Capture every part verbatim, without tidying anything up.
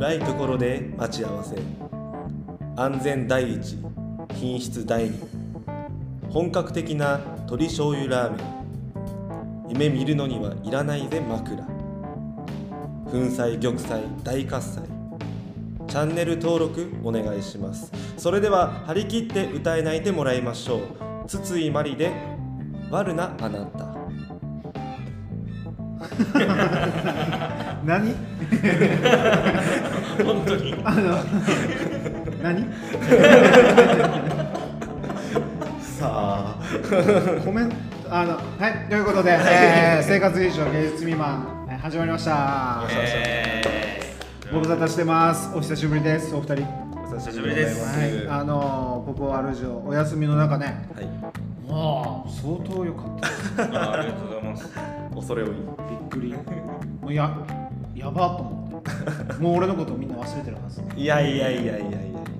暗いところで待ち合わせ。安全第一、品質第二。本格的な鶏醤油ラーメン。夢見るのにはいらないぜ枕。粉砕玉砕大喝采。チャンネル登録お願いします。それでは張り切って歌い泣いてもらいましょう。筒井真理で悪なあなた。 何本当にあの何さあコメントあのはいということで、えー、生活以上芸術未満、えー、始まりました。ご無沙汰してます。お久しぶりです。お二人お久しぶりです。 はい、あのポポアルジオお休みの中ね、 はい、 まあ相当良かったです。 あ、ありがとうございます。 恐れ多い。 びっくり。もうややばと思って。もう俺のことをみんな忘れてるはず。 いやいやいやいやいやいや。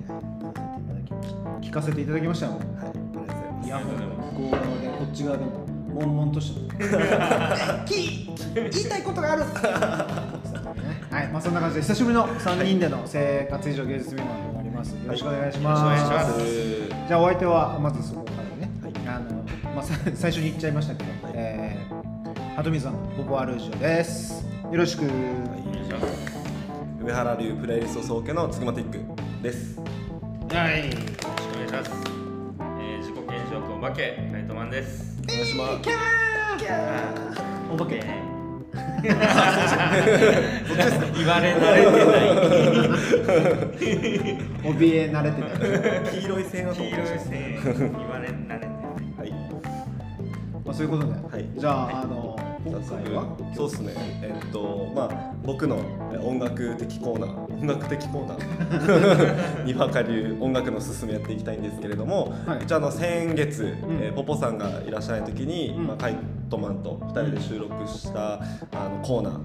聞かせていただきましたよ。 はい、ありがとうございます。 いや、向こう側でこっち側でも悶々として言いたいことがある。はい、まあそんな感じで久しぶりのさんにんでの生活以上芸術未満となります。よろしくお願いします。 はい、よろしくお願いします。じゃあお相手はまずそこからね、 はい、 あのまあ最初に言っちゃいましたけど、はい、えー、鳩水さんポポアルジオです。よろしく。はい、 上原流プレイリスト総家のつくまティックです。 はい。 よろしくお願いします。えー、自己顕示欲お化けカイトマンです。 お願いします。 キャーキャーお化け。 言われ慣れてない怯え慣れてない黄色い線を黄色い線言われ慣れてない。 はい、 まあそういうことで、 はい、 じゃあ、はい、あの今回はそうですね、えっとまあ僕の音楽的コーナー音楽的コーナーにわか流音楽のすすめやっていきたいんですけれども、はい、一応あの先月、うん、えー、ポポさんがいらっしゃらない時に、うん、まあ、カイトマンとふたりで収録したあのコーナー、うん、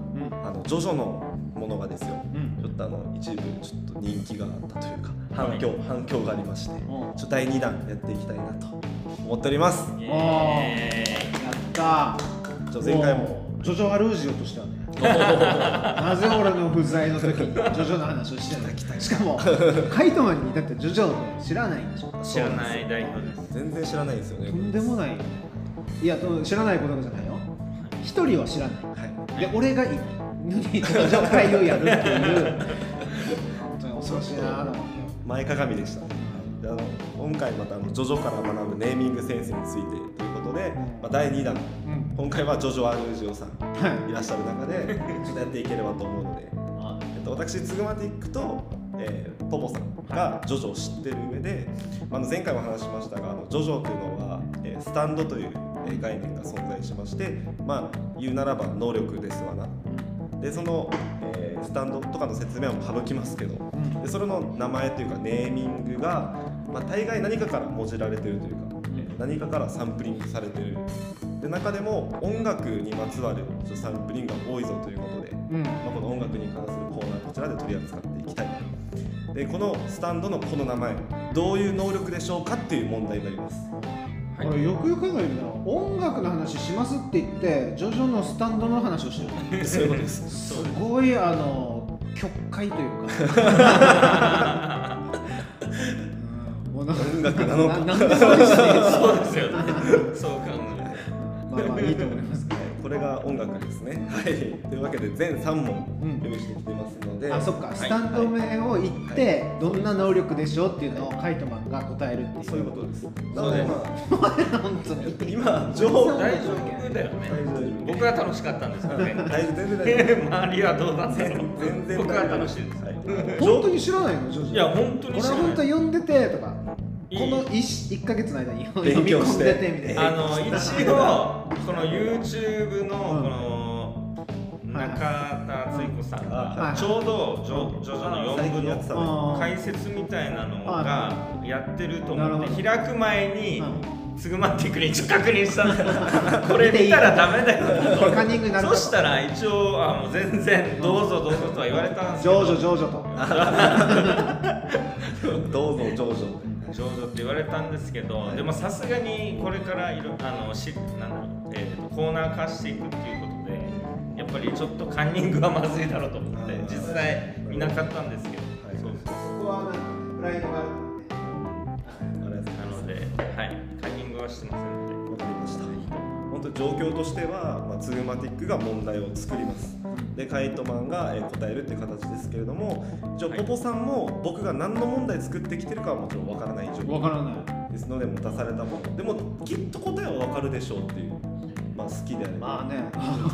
あのジョジョのものがですよ、うん、ちょっとあの一部ちょっと人気があったというか反響、はい、反響がありまして、うん、ちょっとだいにだんやっていきたいなと思っております。 イエーイ、 やったー。 前回もジョジョアルージオとしてはねなぜ俺の不在の時にジョジョの話をしてないしかもカイトマンにだってジョジョ知らないでしょ。 知らない代表です。 全然知らないですよね。 とんでもない。いや知らないことじゃないよ。一人は知らない、はい、で俺がいいのにジョジョ会をやるっていう本当に恐ろしいな。 前かがみでした。であの今回またあのジョジョから学ぶネーミングセンスについてということで、まあ、だいにだん、うん、今回はジョジョアルージオさん、はい、いらっしゃる中でちょっとやっていければと思うので、えっと、私ツグマティックと、えー、ポポさんがジョジョを知ってる上で、あの前回も話しましたがあのジョジョというのは、えー、スタンドという概念が存在しまして、まあ言うならば能力ですわな。でその、えー、スタンドとかの説明は省きますけど、うん、でそれの名前というかネーミングが、まあ、大概何かからもじられてるというか、うん、何かからサンプリングされてる。で中でも音楽にまつわるサンプリングが多いぞということで、うん、まあ、この音楽に関するコーナーこちらで取り扱っていきたい。でこのスタンドのこの名前どういう能力でしょうかっていう問題になります。 これよくよく考えると音楽の話しますって言ってジョジョのスタンドの話をしてる。 そういうことです。 すごいあの曲解というか音楽なのかなんでそうですよね。そう考えまあまあいいと思います。 これが音楽ですね。はい。というわけで全さんもん用意してきてますので、うん、 あ、そっか、はい、スタンド名を言って、はい、どんな能力でしょうっていうのをカイトマンが答えるっていう。 そういうことです。 なので、 まあ、本当に今情報大丈夫だよね。僕は楽しかったんですけどね。 大丈夫、全然大丈夫。 周りはどうだったの？ 全然僕は楽しいです。 はい、本当に知らないの？ジョジョ。 いや本当に知らない。 俺は本当読んでてとか。この 1, いっかげつの間に読み込んでてみたいな。 あの一応この YouTube のこの中田敦彦さんがちょうどジョジョジョのよんぶの解説みたいなのがやってると思って開く前にツグマティックに一応確認したの。これ見たらダメだよカンニングになる。 そしたら一応あもう全然どうぞどうぞとは言われたんですけど。 ジョジョジョジョと。どうぞジョジョ。 ジョジョって言われたんですけど、はい、でもさすがにこれからいろあのしなんだろう、えー、コーナー化していくっていうことでやっぱりちょっとカンニングはまずいだろうと思って実際いなかったんですけど、 はい、 そうそうそこはなんかプライドがあるありがとうございます。 なので、はい、カンニングはしてませんので。 わかりました。本当に状況としては、まあ、ツグマティックが問題を作ります。でカイトマンがえー答えるっていう形ですけれども、一応ポポさんも僕が何の問題作ってきてるかはもちろんわからない状況わからないですので、持たされたものでもきっと答えはわかるでしょうっていう、まあ好きであれば、 まあね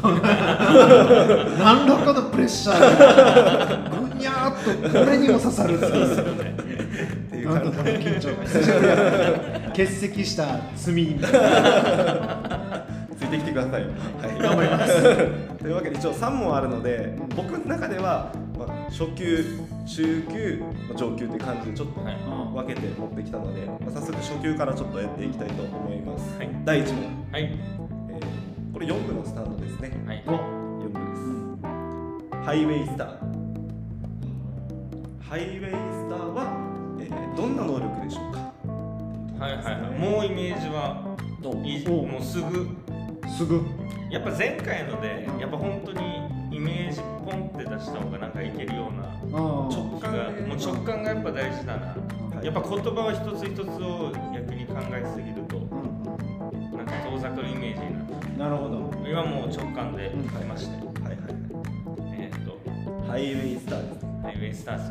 何らかのプレッシャーがぐにゃーっとこれにも刺さるっていうっていう感じで緊張が久しぶりだ欠席した罪みたいなついてきてくださいよ。はい、 頑張りますというわけで一応さん問あるので、僕の中では、まあ、初級、中級、まあ、上級という感じでちょっとはい分けて持ってきたので、まあ、早速初級からちょっとやっていきたいと思います。 はいだいいち問、 はいえーこれよん部のスタンドですね。 はいおよん部です。ハイウェイスター。ハイウェイスターは、えーどんな能力でしょうか。 はいはいはい、もうイメージはいい、 おもうすぐすぐやっぱ前回のでやっぱ本当にイメージポンって出した方がなんかいけるようなあ直感がもう直感がやっぱ大事だな、やっぱ言葉は一つ一つを逆に考えすぎるとなんか遠ざかるイメージになる。 なるほど今もう直感で出まして、 はいはいえっ、とはい。ハイウェイスターです。 ハイウェイスターさん、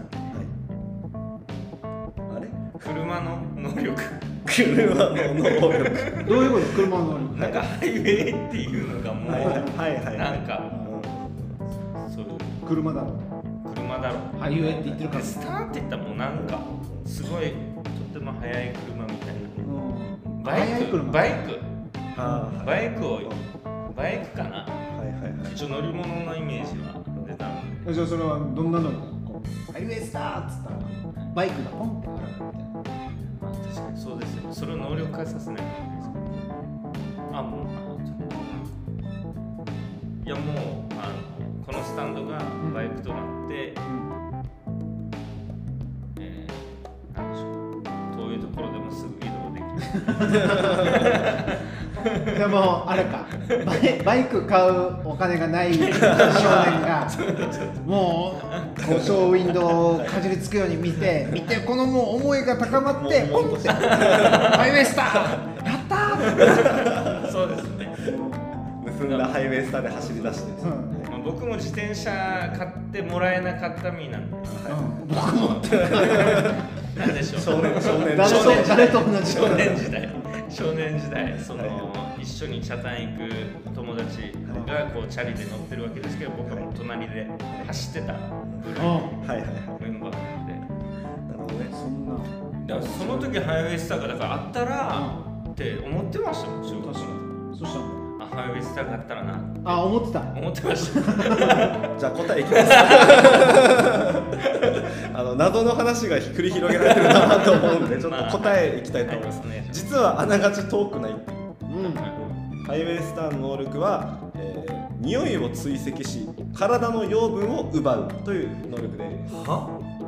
はい。あれ？ 車の能力車の能力。 どういうこと車の能力なんかハイウェイっていうのがもう、 はいはいはい。 なんかうんそういう車だろ車だろうハイウェイって言ってるからスターって言ったらもうなんかすごいとても速い車みたいなバイク速い車バイクあーバイクをバイクかなはいはいはい。 一応乗り物のイメージは出たのでじゃあそれはどんな能力こうハイウェイスターっつったらバイクがポンって現れるみたいなまあ確かにそうですよそれを能力化させないといけないですあもうあいやもうあのこのスタンドがバイクとなって、えー、なんでしょう遠いところでもすぐ移動できるでもあれかバイ、バイク買うお金がない少年がもうこうショーウィンドウをかじりつくように見て見てこのもう思いが高まってポンってハイウェイスターやったーそうですね結んだハイウェイスターで走り出して、 うんまあ、僕も自転車買ってもらえなかった身なんで、 僕もなんでしょう少年少年誰と少年時代誰と同じ少年時代少年時代その、 は一緒に茶炭行く友達がこうチャリで乗ってるわけですけど僕はもう隣で走ってたぐらいのはいはいはい。 メンバーなんでなるほどね。 そんなだからその時ハイウェイスターがだからあったらって思ってましたもん中学確か校にそしたらあハイウェイスターがあったらなあ思ってた思ってましたじゃあ答えいきます。あの謎の話が繰り広げられてるなと思うんで、ちょっと答えいきたいと思います。 ね実はあながち遠くないっていう。 うんハイウェイスターの能力は、えー、匂いを追跡し体の養分を奪うという能力です。 は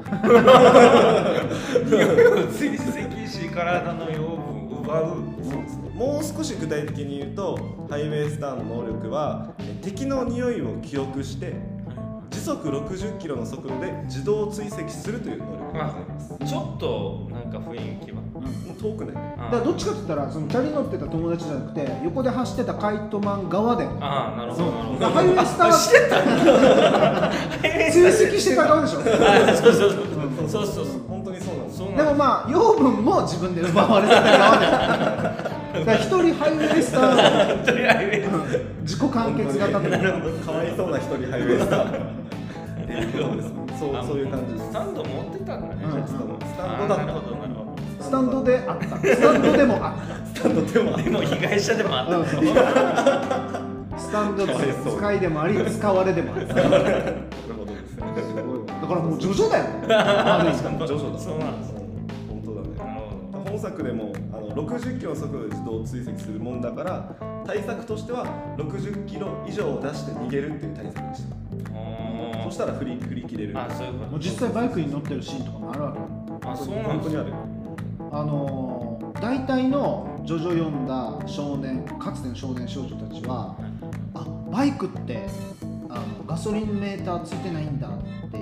匂いを追跡し体の養分を奪うそうですね。もう少し具体的に言うと、ハイウェイスターの能力はえー敵の匂いを記憶して時速ろくじゅっキロの速度で自動追跡するという能力がございます。 ちょっとなんか雰囲気はもう遠くない。 だからどっちかって言ったらそのチャリ乗ってた友達じゃなくて横で走ってたカイトマン側でああなるほどなるほどだからハイウェイスターしてた追跡してた側でしょあそうそうそうそうそうそう本当にそうなんです。 そうでなんですもまあ養分も自分で奪われてた側でだから一人ハイウェイスター本当にハイウェイ自己完結型ってなるほど。かわいそうな一人ハイウェイスターっていうことです。そうそういう感じですス。タンド持ってたんだね、 うんじゃあスタンドスタあーンドだった。 なるほどなるほどスタンドであったスタンドでもあっスタンドでもでも被害者でもあったた、うん、スタンドかわいそう使いでもあり使われでもあったなるほどですね。 だからもうジョジョだよねある意味ジョジョだ。 そうなんです本当だね。 なるほど本作でもあのろくじゅっキロの速度で自動追跡するもんだから対策としてはろくじゅっキロ以上を出して逃げるっていう対策でした。 あそしたら振り振り切れる。 あそういうこともう実際バイクに乗ってるシーンとかもあるわけよあそうなんです本当にある。 あのー、大体のジョジョ読んだ少年かつての少年少女たちはあバイクってあのガソリンメーターついてないんだって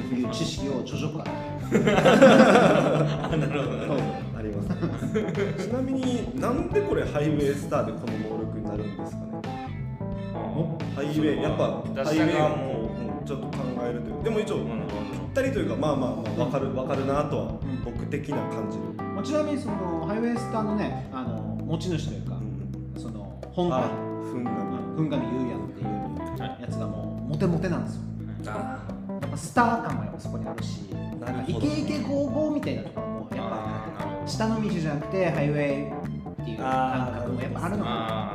いう知識をジョジョからあ、なるほどね。 あります。ちなみになんでこれハイウェイスターでこの能力になるんですかね。ハイウェイやっぱハイウェイをもうちょっと考えるというでも一応ぴったりというかまあまあまあ分かる分かるなとは僕的な感じる。 まあ、ちなみにそのハイウェイスターのねあの持ち主というか、うん、その本家ふんがみふんがみゆうやんっていうやつがもうモテモテなんですよ。 あやっぱスター感もやっぱそこにあるし、なんかイケイケゴーゴーみたいなところもやっぱ下の道じゃなくてハイウェイっていう感覚もやっぱあるのか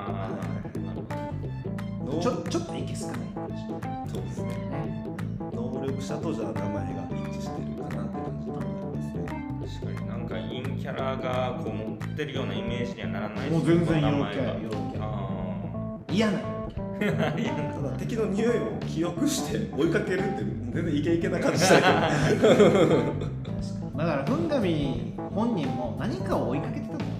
な。ちょちょっといけすかない感じ。 そうですね。能力者とじゃあ名前が一致してるかなって感じになりますね。 確かになんか陰キャラがこう持ってるようなイメージにはならないです。 もう全然名陽前がキャ陽キャあ嫌なただ敵の匂いを記憶して追いかけるって全然イケイケな感じしたけどだからふんがみ本人も何かを追いかけてたんだよ。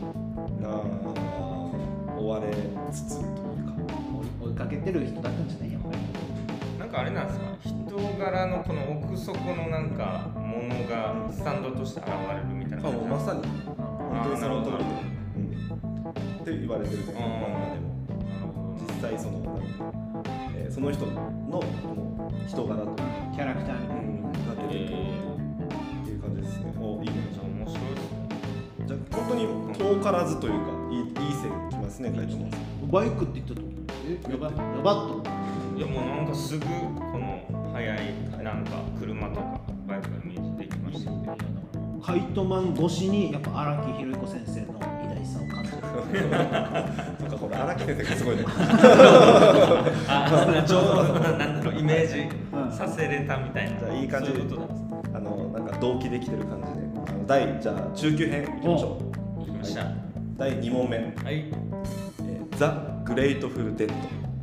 あ追われつつというか追いかけてる人だったんじゃないやっぱり。 なんかあれなんですか、人柄のこの奥底のなんかものがスタンドとして現れるみたいなあ感じ。 もうまさに本当にその通りで、うん、って言われてるけど漫画でも実際そのなんか、えー、その人のこの人柄というかキャラクターみたいな、 うん、が出てくるっていう感じですね。おいいね。 じゃあ面白いですね。 じゃあ本当に遠からずというかいいいい線きますね、書いてます。 バイクって言ったとえやばやばっといやもうなんかすぐこの速いなんか車とかバイクがイメージできましたね。 カイトマン越しにやっぱ荒木宏彦先生の偉大さを感じるなんかこれ荒木先生がすごいね。 あ、ちょうどなんだろうイメージさせれたみたいな。 じゃあいい感じそういうことなんですね。 あのなんか同期できてる感じで、あの第じゃあ中級編いきましょう。 行きました。 だいに問目、 はい。 えー、ザ・グレートフル・デッド、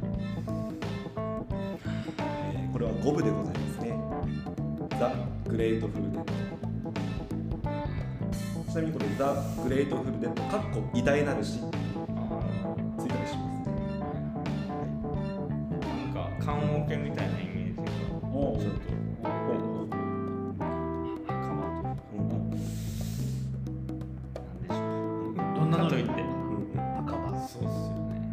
えー、これはごぶでございますね。ザ・グレートフル・デッド。ちなみにこれザ・グレートフル・デッドかっこ偉大なるしついたりしますね。 なんか棺桶みたいなイメージがちょっと。 どんなのかといって赤羽そうっすよね。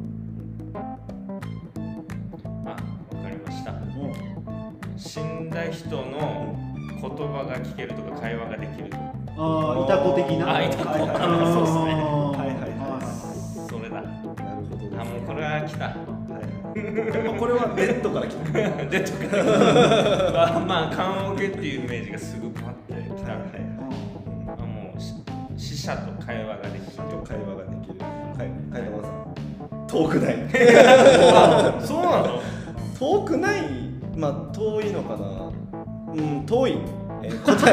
あ、わかりました。死んだ人の言葉が聞けるとか会話ができるとか。 ああイタコ的なあ、いたこ。 はいはいはいそうですね。 はいはいはそれだ。 い。なるほどです。 あ、もうこれは来た。 はい。これはデッドから来た。 でとか。まあまあ棺桶っていうイメージがすぐパッて来たんで。あ、もう死者と会話ができる。 と会話ができる。はい、海山さん。遠くない。 あ、そうなの？ 遠くない。まあ遠いのかな。うん、遠い。えー、答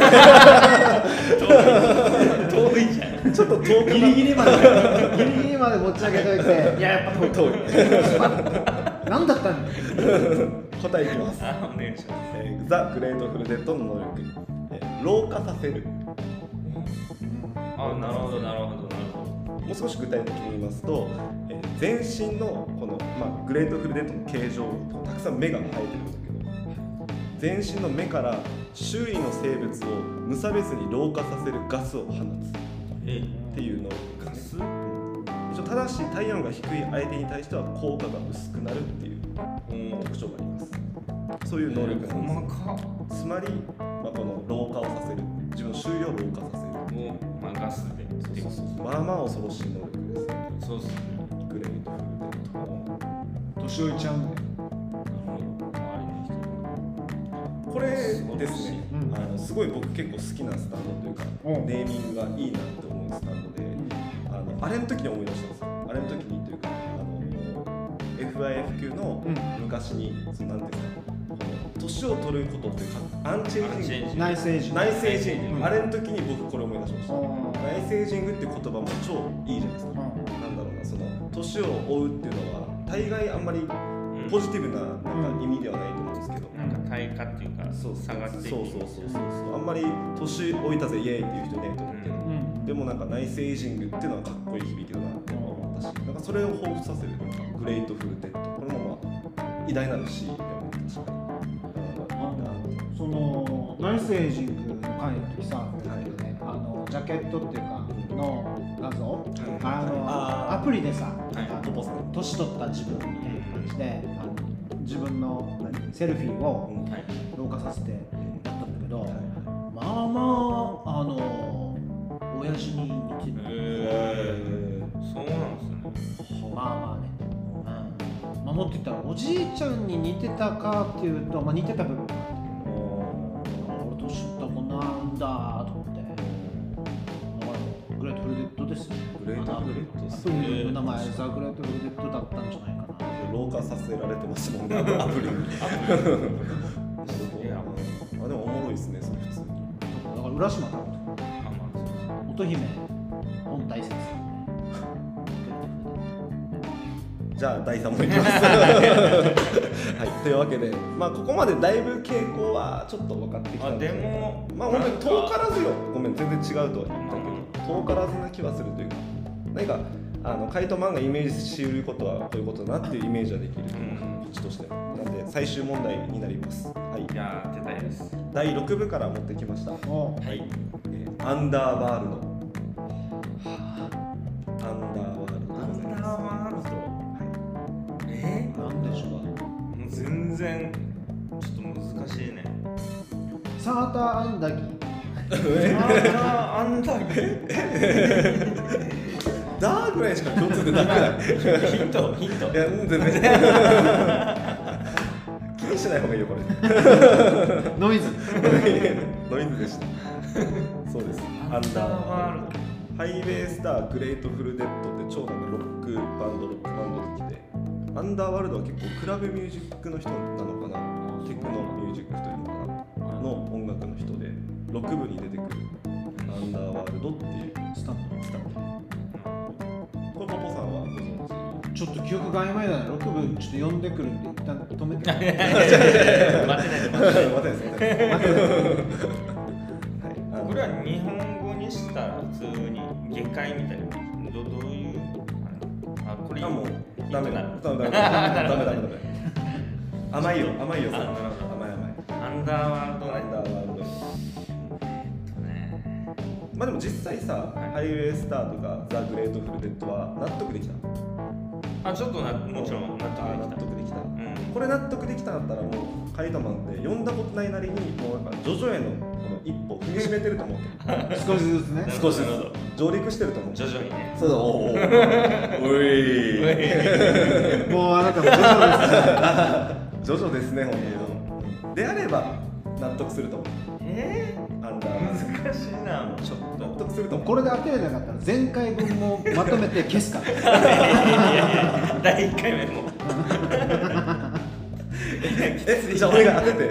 遠い。遠いじゃん。 え。ちょっと遠くギリギリまでギリギリまで持ち上げといていややっぱ遠い遠い。 何だったんだ答えいきます。 あ、お願いします。 えー、ザ・グレートフル・デッドの能力。えー、老化させる。 あ、なるほどなるほどなるほど。 もう少し具体的に言いますと、えー、全身のこの、まあ、グレートフル・デッドの形状たくさん目が生えてるんだけど、全身の目から周囲の生物を無差別に老化させるガスを放つえ、 っていう能力ガス？ ですね。一応ただし体温が低い相手に対しては効果が薄くなるっていう特徴があります。そういう能力なんです。 細かっ。 つまり、まあ、この老化をさせる、自分の周囲を老化させる。 もう、まあ、ガスでってことですね。 まあまあ恐ろしい能力ですね。 そうっすね。 グレートフル・デッド。 年老いちゃうんだよこれですね、 うん、 あのすごい僕結構好きなスタンドというか、 うん、 ネーミングがいいなって思うスタンドで、うん、あのあれの時に思い出したんですよ。あれの時にというか、あの エフアイエフ 級の昔に、うん、そのなんていうか、この年を取ることっていうかアンチエイジング、 内生エイジング、 内生エイジング、 うん、 あれの時に僕これ思い出しました。内生エイジングって言葉も超いいじゃないですか。うん、なんだろうな、その年を追うっていうのは大概あんまりポジティブななんか意味ではないと思うんですけど、 なんか対価っていうか、そう下がっていく。 そうそうそうそうそう、あんまり年老いたぜイエーイっていう人いないと思うけど、うん、でもなんか内生エイジングっていうのはかっこいい響きだなって思ったし、なんかそれを彷彿させるなんかグレートフル・デッド、これもまあ偉大なる C でも確かに。 そのアイスエイジングの回の時さ、あのジャケットっていうかの画像、あのアプリでさ、年取った自分みたいな感じで、あの自分のセルフィーを老化させてやったんだけど、まあまああの親父に似てる。 へー、そうなんですね。 まあまあね。まあ、もっと言ったらおじいちゃんに似てたかっていうと、まあ、似てた部分があったけど、俺年取った子なんだと思って、グレートフルデッドですよね。 グレートフルデッド、 そういう名前ザ・グレートフルデッドだったんじゃないかな。 老化させられてますもんね、アプリに。あ、でもおもろいですね、それ普通に。 だから浦島太郎とか乙姫本体説。 じゃあだいさん問いきます。はい、というわけで、まあここまでだいぶ傾向はちょっと分かってきたんで、 あでもまあ本当に遠からずよ。ごめん、全然違うとは言ったけど、遠からずな気はするというか、何かあのカイトマンがイメージしうることはこういうことだなっていうイメージはできるというか、位置として。なんで最終問題になります。はい。 いやー、出たいです。 だいろく部から持ってきました。はい。えー、アンダーワールド。アンダーワールド。 アンダーワールド。えー、 なんでしょう。 もう全然ちょっと難しいね。 サーターアンダギー。 サーターアンダギー。 ダーぐらいしか共通でなくない？ ヒント、ヒント。 いや、全然。気にしない方がいいよ、これ。 ノイズ。 ノイズでした。そうです。 アンダーワールド。 ハイウェイスター、グレートフルデッドって超なんかロックバンド、ロックバンドできて、アンダーワールドは結構クラブミュージックの人なのかな、テクノミュージックというのかな、の音楽の人で、ろく部に出てくるアンダーワールドっていうスタンド。 スタンド。これポポさんはご存知？ ちょっと記憶が曖昧だね。ろく部ちょっと呼んでくるんで一旦止めて。 待てないで、待てないで。 待てないです、待てないです。 これは日本語にしたら普通に下界みたいな。どどういう？あ、これあ、もうダメだ。ダメダメダメダメダメ。甘いよ、甘いよ。甘い甘い。 アンダーワールド、 アンダーワールド。まあでも実際さ、ハイウェイスターとかザ・グレートフルデッドは納得できた。 あ、ちょっとな、もちろん納得できた。 納得できた。 うん、 これ納得できたんだったらもうカイトマンって読んだことないなりにもうやっぱジョジョへのこの一歩踏みしめてると思う。 少しずつね。 少しずつ上陸してると思う。 徐々にね。 そうだ。おお。おい。 もうあなたもジョジョですね。 ジョジョですね、本当に。であれば納得すると思う。 えー、アンダー難しいな、ちょっと納得すると思う。 これで当てれなかったら前回分もまとめて消すから。 いやいやいや、だいいっかいめも。 え、じゃあ俺が当てて。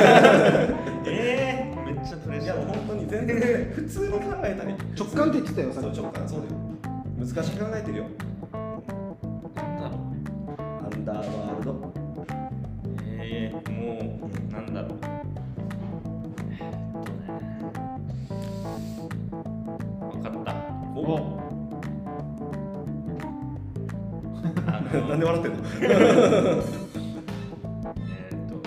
えー、めっちゃプレッシャー。 いやもう本当に全然普通に考えたり。 直感って言ってたよ、さっき。 そう直感、そうだよ。難しく考えてるよ。 なんだろう。 アンダーワールド。 えー、もうなんだろう。分かった。 お。 なんで笑ってんの？ えーっと、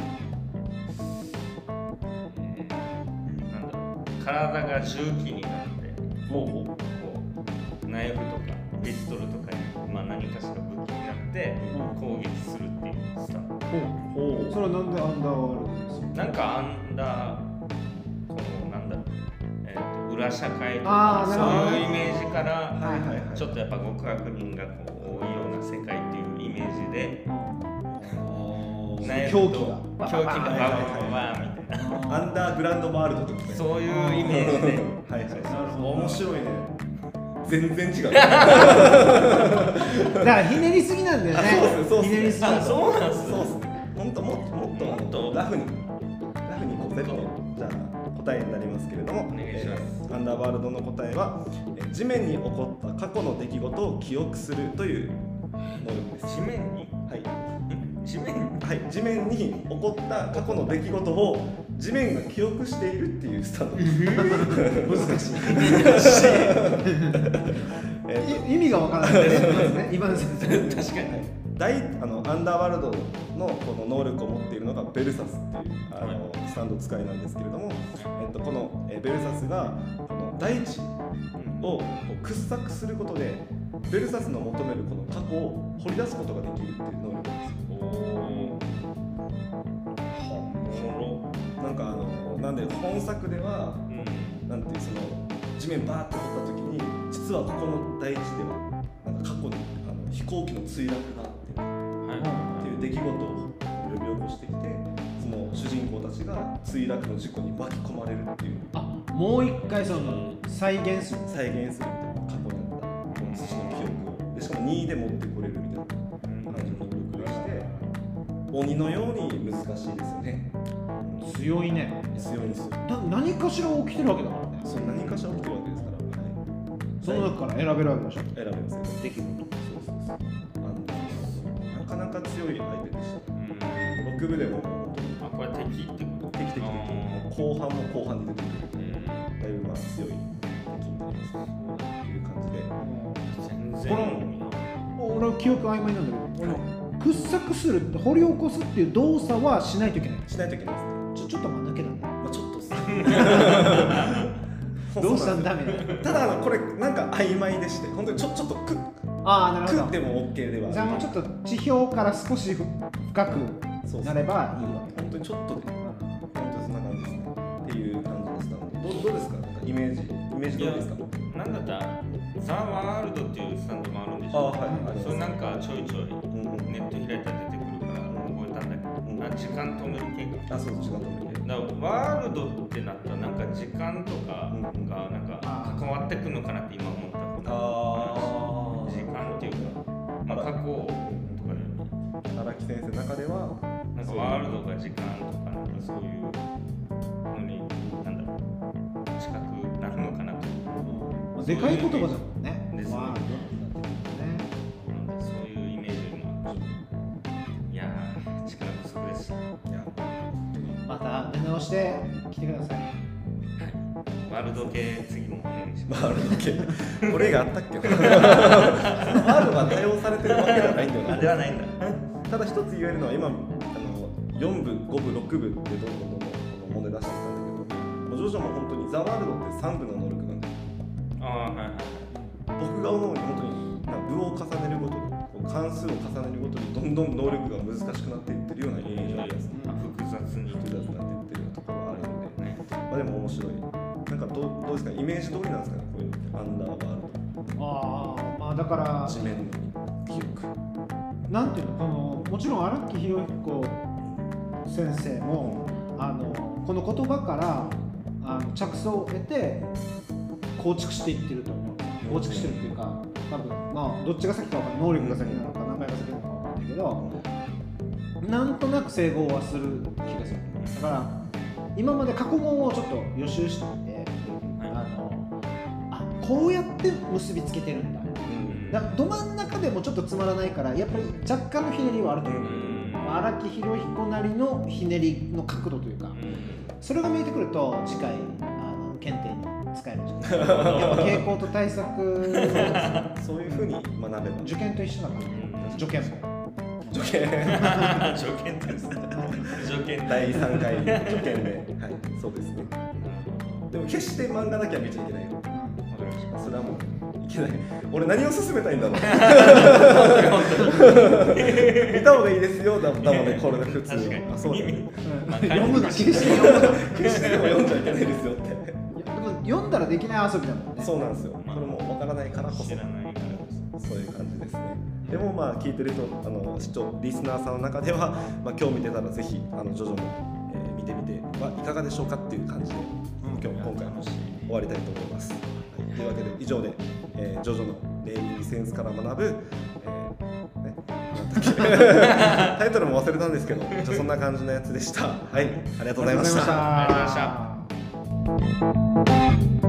えー、なんだろう。体が重機になって、 ほうほう。 こうナイフとかピストルとかに、まあ、何かしら武器になって攻撃するっていうスタンド。 ほう。 それはなんでアンダーワールドですか？ なんかアンダー、このなんだろう、えー、と裏社会とかそういうイメージから、ちょっとやっぱ極悪人がこう多いような世界っていうイメージで、ナイフと狂気が狂気がババババみたいな、 アンダーグランドワールドってことね。 そういうイメージで、 はいはい。面白いね。全然違う。 だからひねりすぎなんだよね。 そうひねりすぎ。 あ、そうなんす。 そうっすね。本当もっともっともっとラフにラフにこうぜとじゃあ答えになりますけれども、 お願いします。 アンダーワールドの答えは地面に起こった過去の出来事を記憶するという能力です。 地面に、 はい。 地面に、 はい、地面に起こった過去の出来事を地面が記憶しているっていうスタートです。難しい。難しい。 意味がわからないですね。今の説明。 確かに。 大あのアンダーワールドのこの能力を持っているのがベルサスっていうあのスタンド使いなんですけれども、えっと、このえベルサスがこの大地をこう掘削することでベルサスの求めるこの過去を掘り出すことができるっていう能力なんですよ。なんかあのなんで本作では、うん、なんていうその地面バーッと掘った時に実はここの大地ではなんか過去にあの飛行機の墜落があって、はい、っていう出来事を呼び起こしてきて、その主人公たちが墜落の事故に巻き込まれるっていう。 あ、もう一回その再現する再現するみたいな過去にあったこの土の記憶をでしかもにいで持ってこれるみたいな感じの能力でして、鬼のように難しいですよね。 強いね。 強いんですよ。 な何かしら起きてるわけだからね。 そう、何かしら起きてるわけですから。はい、 その中から選べるわけでしょ。 選べますよ。 出来事。そうそうそう。 あのなかなか強い相手でした。うん、ろく部でもあ、これ敵ってこと？ 敵敵敵。後半も後半に出てくる。だいぶまあ強い敵になりますね。という感じで。 全然。 俺は記憶曖昧なんだけど。掘削するって掘り起こすっていう動作はしないといけない。 しないといけないですね。 ちょちょっと間抜けだね。 まあちょっとさ。 どうしたんだめだ。 ただあのこれなんか曖昧でして、本当にちょちょっとくああなるほど。 くっても OK では。 じゃあもうちょっと地表から少し深くなればいいわけ。 本当にちょっとで、本当にそんな感じですね。っていう感じでしたので、どうどうですか？なんかイメージイメージどうですか？ なんだったらザ・ワールドっていうスタンドもあるんでしょ。 あ、はい、 それなんかちょいちょいネット開いたら出てくるから覚えたんだけど、うん、あ時間止める系か。 あ、そう時間止める系。 だからワールドってなったらなんか時間とかがなんか関わってくるのかなって今思った。あ時間っていうか、まあ過去とかで荒木先生の中ではなんかワールドが時間とかなんかそういうのになんだろう近くなるのかなと。 でかい言葉だもんね。 ですね。 ワールドそういうイメージのいやー力不足です。いやまた出直して来てください。 ワールド系次もお願いします。 ワールド系これがあったっけ？ワールドが多用されてるわけではないんだよな。 ではないんだ。 ただ一つ言えるのは今あのよん部、ご部、ろく部ってどんどんどんどん問題出してきたんだけど、ジョジョも本当にザ・ワールドってさん部の能力なんだよ。 ああはいはい。 僕が思うに本当に部を重ねるごとに関数を重ねるごとにどんどん能力が難しくなっていってるようなイメージがありますね。 複雑に複雑になっていってるようなところがあるので、ね、まあでも面白い。なんかどうどうですか、イメージ通りなんですかね、こういうアンダーワールド。 ああ、まあだから地面の記憶。 なんていうの、このもちろん荒木博彦先生もあのこの言葉からあの着想を得て構築していってると思う。構築してるっていうか、多分まあどっちが先かわかんない、能力が先なのか何回が先なのかわかんないけど、なんとなく整合はする気がする。だから今まで過去問をちょっと予習してみて、あのあこうやって結びつけてるんだ。だからど真ん中でもちょっとつまらないからやっぱり若干のひねりはあると思う。荒木博彦なりのひねりの角度というか、それが見えてくると次回あの検定に使えるんじゃないですか。やっぱ傾向と対策そういうふうに学べば受験と一緒だから、受験も受験受験です。受験だいさんかい受験で、はい、そうですね。でも決して漫画だけは見ちゃいけないよ。わかりました。それはもういけない。俺何を勧めたいんだろう。見た方がいいですよ。だもんね、これで普通に。あ、そうだね。 読むな、決して読むな。 決してでも読んじゃいけないですよって。 でも読んだらできない遊びだもんね。 そうなんですよ。これもわからないからこそ。 知らないからこそ。 そういう感じですね。でもまあ聞いてるとあの視聴リスナーさんの中では、まあ、興味出たらぜひあのジョジョも、えー、見てみてはいかがでしょうかっていう感じで、今日今回も終わりたいと思います。はい、というわけで以上で、えー、ジョジョのネーミングセンスから学ぶ、えーね、なんだっけタイトルも忘れたんですけど、じゃあそんな感じのやつでした。はい、ありがとうございました。 ありがとうございました。